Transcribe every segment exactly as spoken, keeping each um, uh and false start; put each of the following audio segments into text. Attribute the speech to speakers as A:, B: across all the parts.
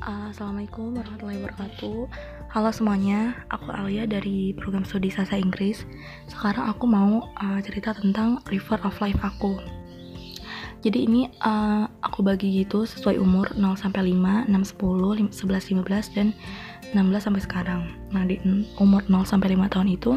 A: Uh, Assalamualaikum warahmatullahi wabarakatuh. Halo semuanya, aku Alia dari program studi Sasa Inggris. Sekarang aku mau uh, cerita tentang river of life aku. Jadi ini uh, aku bagi gitu sesuai umur nol sampai lima, enam, sepuluh, sebelas, lima belas, dan enam belas sampai sekarang. Nah di umur nol sampai lima tahun itu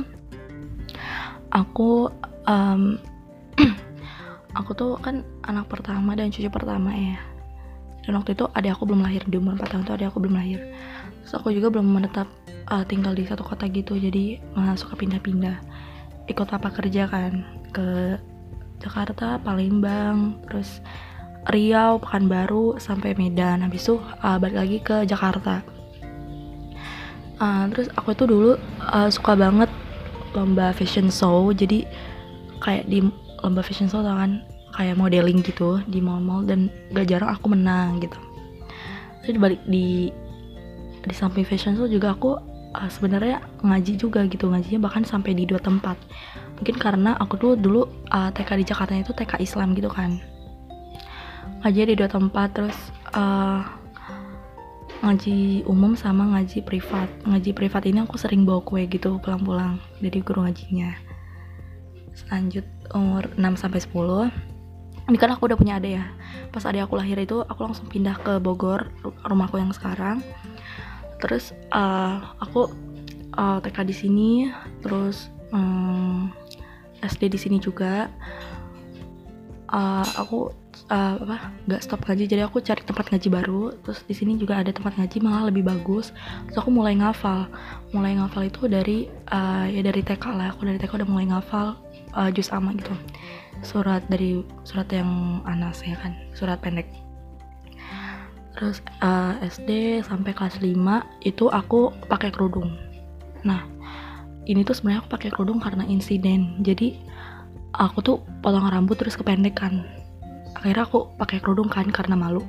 A: aku um, aku tuh kan anak pertama dan cucu pertama ya. Dan waktu itu adik aku belum lahir, di umur empat tahun itu adik aku belum lahir. Terus aku juga belum menetap uh, tinggal di satu kota gitu, jadi malah suka pindah-pindah. Ikut papa kerja kan, ke Jakarta, Palembang, terus Riau, Pekanbaru, sampai Medan. Habis itu uh, balik lagi ke Jakarta. Uh, terus aku tuh dulu uh, suka banget lomba fashion show, jadi kayak di lomba fashion show tau kan, kayak modeling gitu di mall-mall, dan gak jarang aku menang gitu. Terus balik di di samping fashion show juga aku uh, sebenarnya ngaji juga gitu, ngajinya bahkan sampai di dua tempat. Mungkin karena aku tuh dulu uh, T K di Jakarta itu T K Islam gitu kan, ngaji di dua tempat. Terus uh, ngaji umum sama ngaji privat. Ngaji privat ini aku sering bawa kue gitu pulang-pulang dari guru ngajinya. Lanjut umur enam sampai sepuluh, ini kan aku udah punya adik ya. Pas adik aku lahir itu aku langsung pindah ke Bogor, rumahku yang sekarang. Terus uh, aku uh, T K di sini, terus um, S D di sini juga. Uh, aku uh, apa nggak stop ngaji, jadi aku cari tempat ngaji baru. Terus di sini juga ada tempat ngaji malah lebih bagus. Terus aku mulai ngafal, mulai ngafal itu dari uh, ya dari T K lah. Aku dari T K udah mulai ngafal uh, juz amma gitu, surat dari surat yang anas ya kan, surat pendek. Terus uh, S D sampai kelas lima itu aku pakai kerudung. Nah ini tuh sebenarnya aku pakai kerudung karena insiden. Jadi aku tuh potong rambut terus kependekan. Akhirnya aku pakai kerudung kan karena malu.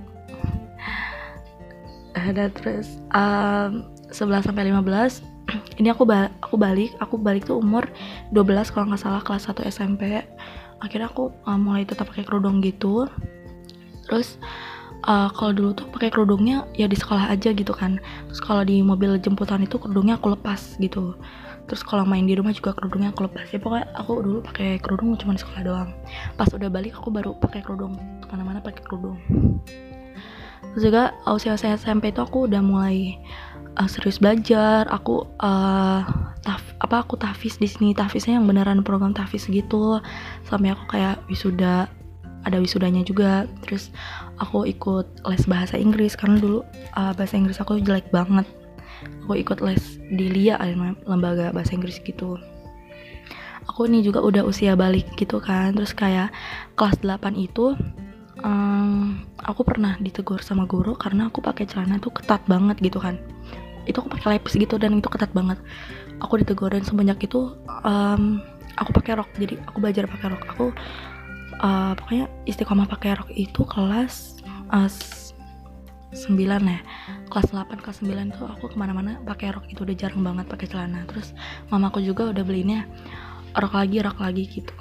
A: Dan terus um, sebelas sampai lima belas ini aku ba- aku balik, aku balik tuh umur dua belas kalau nggak salah, kelas satu S M P. Akhirnya aku uh, mulai tetap pakai kerudung gitu. Terus uh, kalau dulu tuh pakai kerudungnya ya di sekolah aja gitu kan. Terus kalau di mobil jemputan itu kerudungnya aku lepas gitu. Terus kalau main di rumah juga kerudungnya aku lepas. Ya pokoknya aku dulu pakai kerudung cuma di sekolah doang. Pas udah balik aku baru pakai kerudung, kemana-mana pakai kerudung. Terus juga usia-usia S M P itu aku udah mulai uh, serius belajar. Aku uh, taf, apa aku tahfiz di sini. Tahfiznya yang beneran program tahfiz gitu. Sampai aku kayak wisuda, ada wisudanya juga. Terus aku ikut les bahasa Inggris karena dulu uh, bahasa Inggris aku jelek banget. Aku ikut les di L I A, lembaga bahasa Inggris gitu. Aku ini juga udah usia balik gitu kan. Terus kayak kelas delapan itu um, aku pernah ditegur sama guru karena aku pakai celana tuh ketat banget gitu kan. Itu aku pakai lepis gitu dan itu ketat banget. Aku ditegur, dan semenjak itu um, aku pakai rok. Jadi aku belajar pakai rok. Aku uh, pokoknya istiqomah pakai rok itu kelas uh, sembilan ya. Kelas delapan, kelas sembilan tuh aku kemana-mana pakai rok, itu udah jarang banget pakai celana. Terus mamaku juga udah beliinnya rok lagi, rok lagi gitu.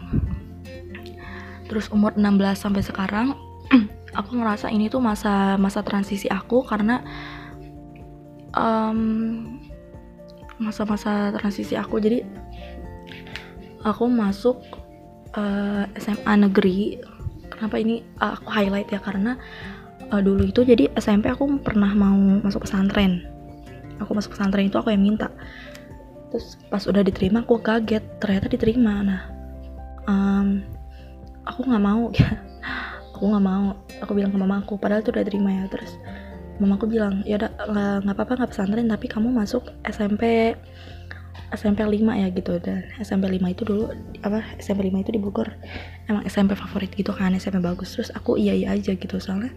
A: Terus umur enam belas sampai sekarang aku ngerasa ini tuh masa masa transisi aku, karena um, masa-masa transisi aku. Jadi aku masuk uh, S M A negeri. Kenapa ini uh, aku highlight ya, karena Uh, dulu itu jadi S M P aku pernah mau masuk pesantren. Aku masuk pesantren itu aku yang minta. Terus pas udah diterima aku kaget, ternyata diterima. Nah, um, aku nggak mau, aku nggak mau. Aku bilang ke mamaku, padahal itu udah diterima ya. Terus mamaku bilang, ya udah nggak apa-apa nggak pesantren, tapi kamu masuk S M P S M P lima ya gitu. Dan S M P lima itu dulu apa S M P lima itu di Bogor emang S M P favorit gitu kan, S M P bagus. Terus aku iya iya aja gitu, soalnya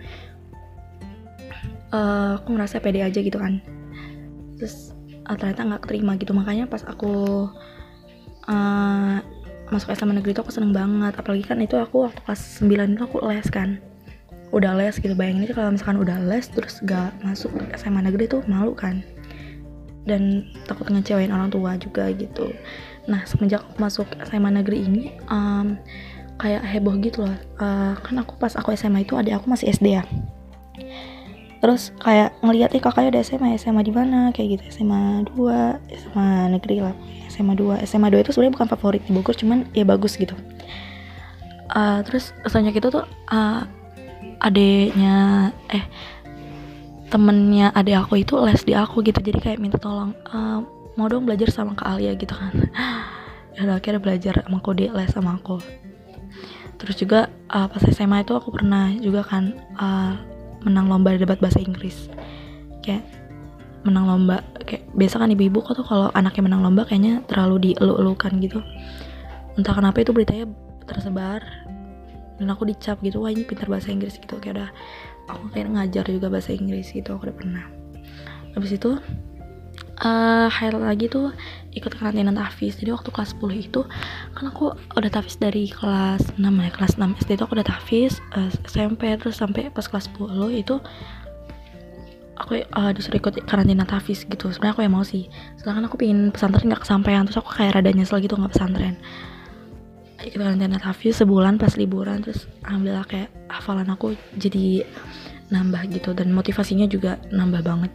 A: Uh, aku ngerasa pede aja gitu kan. Terus uh, ternyata gak keterima gitu. Makanya pas aku uh, masuk S M A negeri itu aku seneng banget. Apalagi kan itu aku waktu kelas sembilan itu aku les kan, udah les gitu. Bayangin aja kalau misalkan udah les terus gak masuk S M A negeri tuh malu kan, dan takut ngecewain orang tua juga gitu. Nah semenjak aku masuk S M A negeri ini um, kayak heboh gitu loh. uh, Kan aku pas aku S M A itu adik aku masih S D ya. terus kayak ngeliat nih kakaknya ada S M A S M A di mana kayak gitu, S M A dua, S M A negeri lah, S M A dua. S M A dua itu sebenarnya bukan favorit di Bogor, cuman ya bagus gitu. Uh, terus selanjutnya itu tuh uh, adeknya eh temennya adek aku itu les di aku gitu, jadi kayak minta tolong, uh, mau dong belajar sama Kak Alia gitu kan. Ya udah akhirnya belajar sama aku, dia les sama aku. Terus juga uh, pas S M A itu aku pernah juga kan uh, menang lomba debat bahasa Inggris. Kayak menang lomba, kayak biasa kan ibu-ibu kok tuh kalau anaknya menang lomba kayaknya terlalu dielu-elukan gitu. Entah kenapa itu beritanya tersebar dan aku dicap gitu, wah ini pintar bahasa Inggris gitu. Kayak udah aku kayak ngajar juga bahasa Inggris gitu, aku udah pernah. Habis itu uh, highlight lagi tuh ikut karantina tahfiz. Jadi waktu kelas sepuluh itu kan aku udah tahfiz dari kelas enam ya, kelas enam S D itu aku udah tahfiz, uh, S M P terus sampai pas kelas sepuluh itu aku uh, disuruh ikut karantina tahfiz gitu. Sebenarnya aku yang mau sih, sedangkan aku pingin pesantren nggak kesampaian, terus aku kayak rada nyesel gitu nggak pesantren. Ikut karantina tahfiz sebulan pas liburan, terus alhamdulillah kayak hafalan aku jadi nambah gitu dan motivasinya juga nambah banget.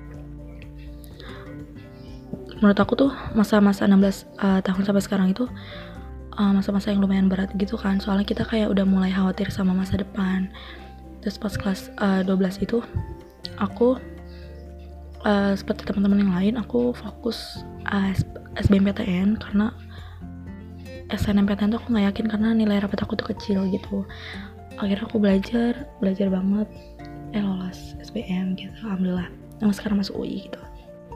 A: Menurut aku tuh masa-masa enam belas uh, tahun sampai sekarang itu uh, masa-masa yang lumayan berat gitu kan, soalnya kita kayak udah mulai khawatir sama masa depan. Terus pas kelas uh, dua belas itu aku uh, seperti teman-teman yang lain, aku fokus uh, S B M P T N karena S N M P T N tuh aku nggak yakin karena nilai rapot aku tuh kecil gitu. Akhirnya aku belajar belajar banget, eh lolos S B M gitu, alhamdulillah. Yang sekarang masuk U I gitu.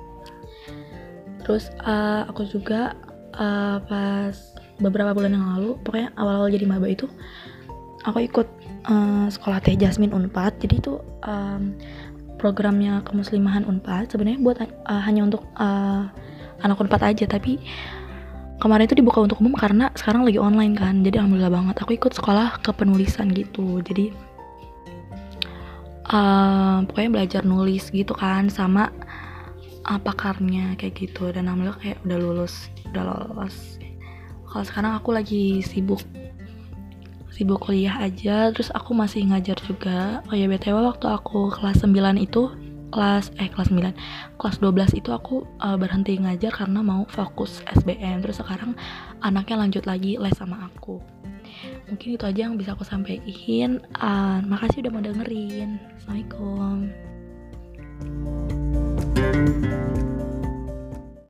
A: Terus uh, aku juga uh, pas beberapa bulan yang lalu, pokoknya awal-awal jadi maba itu aku ikut uh, sekolah teh Jasmine Unpad. Jadi itu um, programnya kemuslimahan Unpad, sebenarnya buat uh, hanya untuk uh, anak Unpad aja, tapi kemarin itu dibuka untuk umum karena sekarang lagi online kan. Jadi alhamdulillah banget aku ikut sekolah kepenulisan gitu. Jadi uh, pokoknya belajar nulis gitu kan, sama uh, pakarnya kayak gitu, dan alhamdulillah kayak udah lulus, udah lolos. Kalau sekarang aku lagi sibuk sibuk kuliah aja, terus aku masih ngajar juga. Oh ya B T W waktu aku kelas sembilan itu kelas eh kelas sembilan kelas dua belas itu aku uh, berhenti ngajar karena mau fokus S B M. Terus sekarang anaknya lanjut lagi les sama aku. Mungkin itu aja yang bisa aku sampaikan. Uh, makasih udah mau dengerin. Assalamualaikum.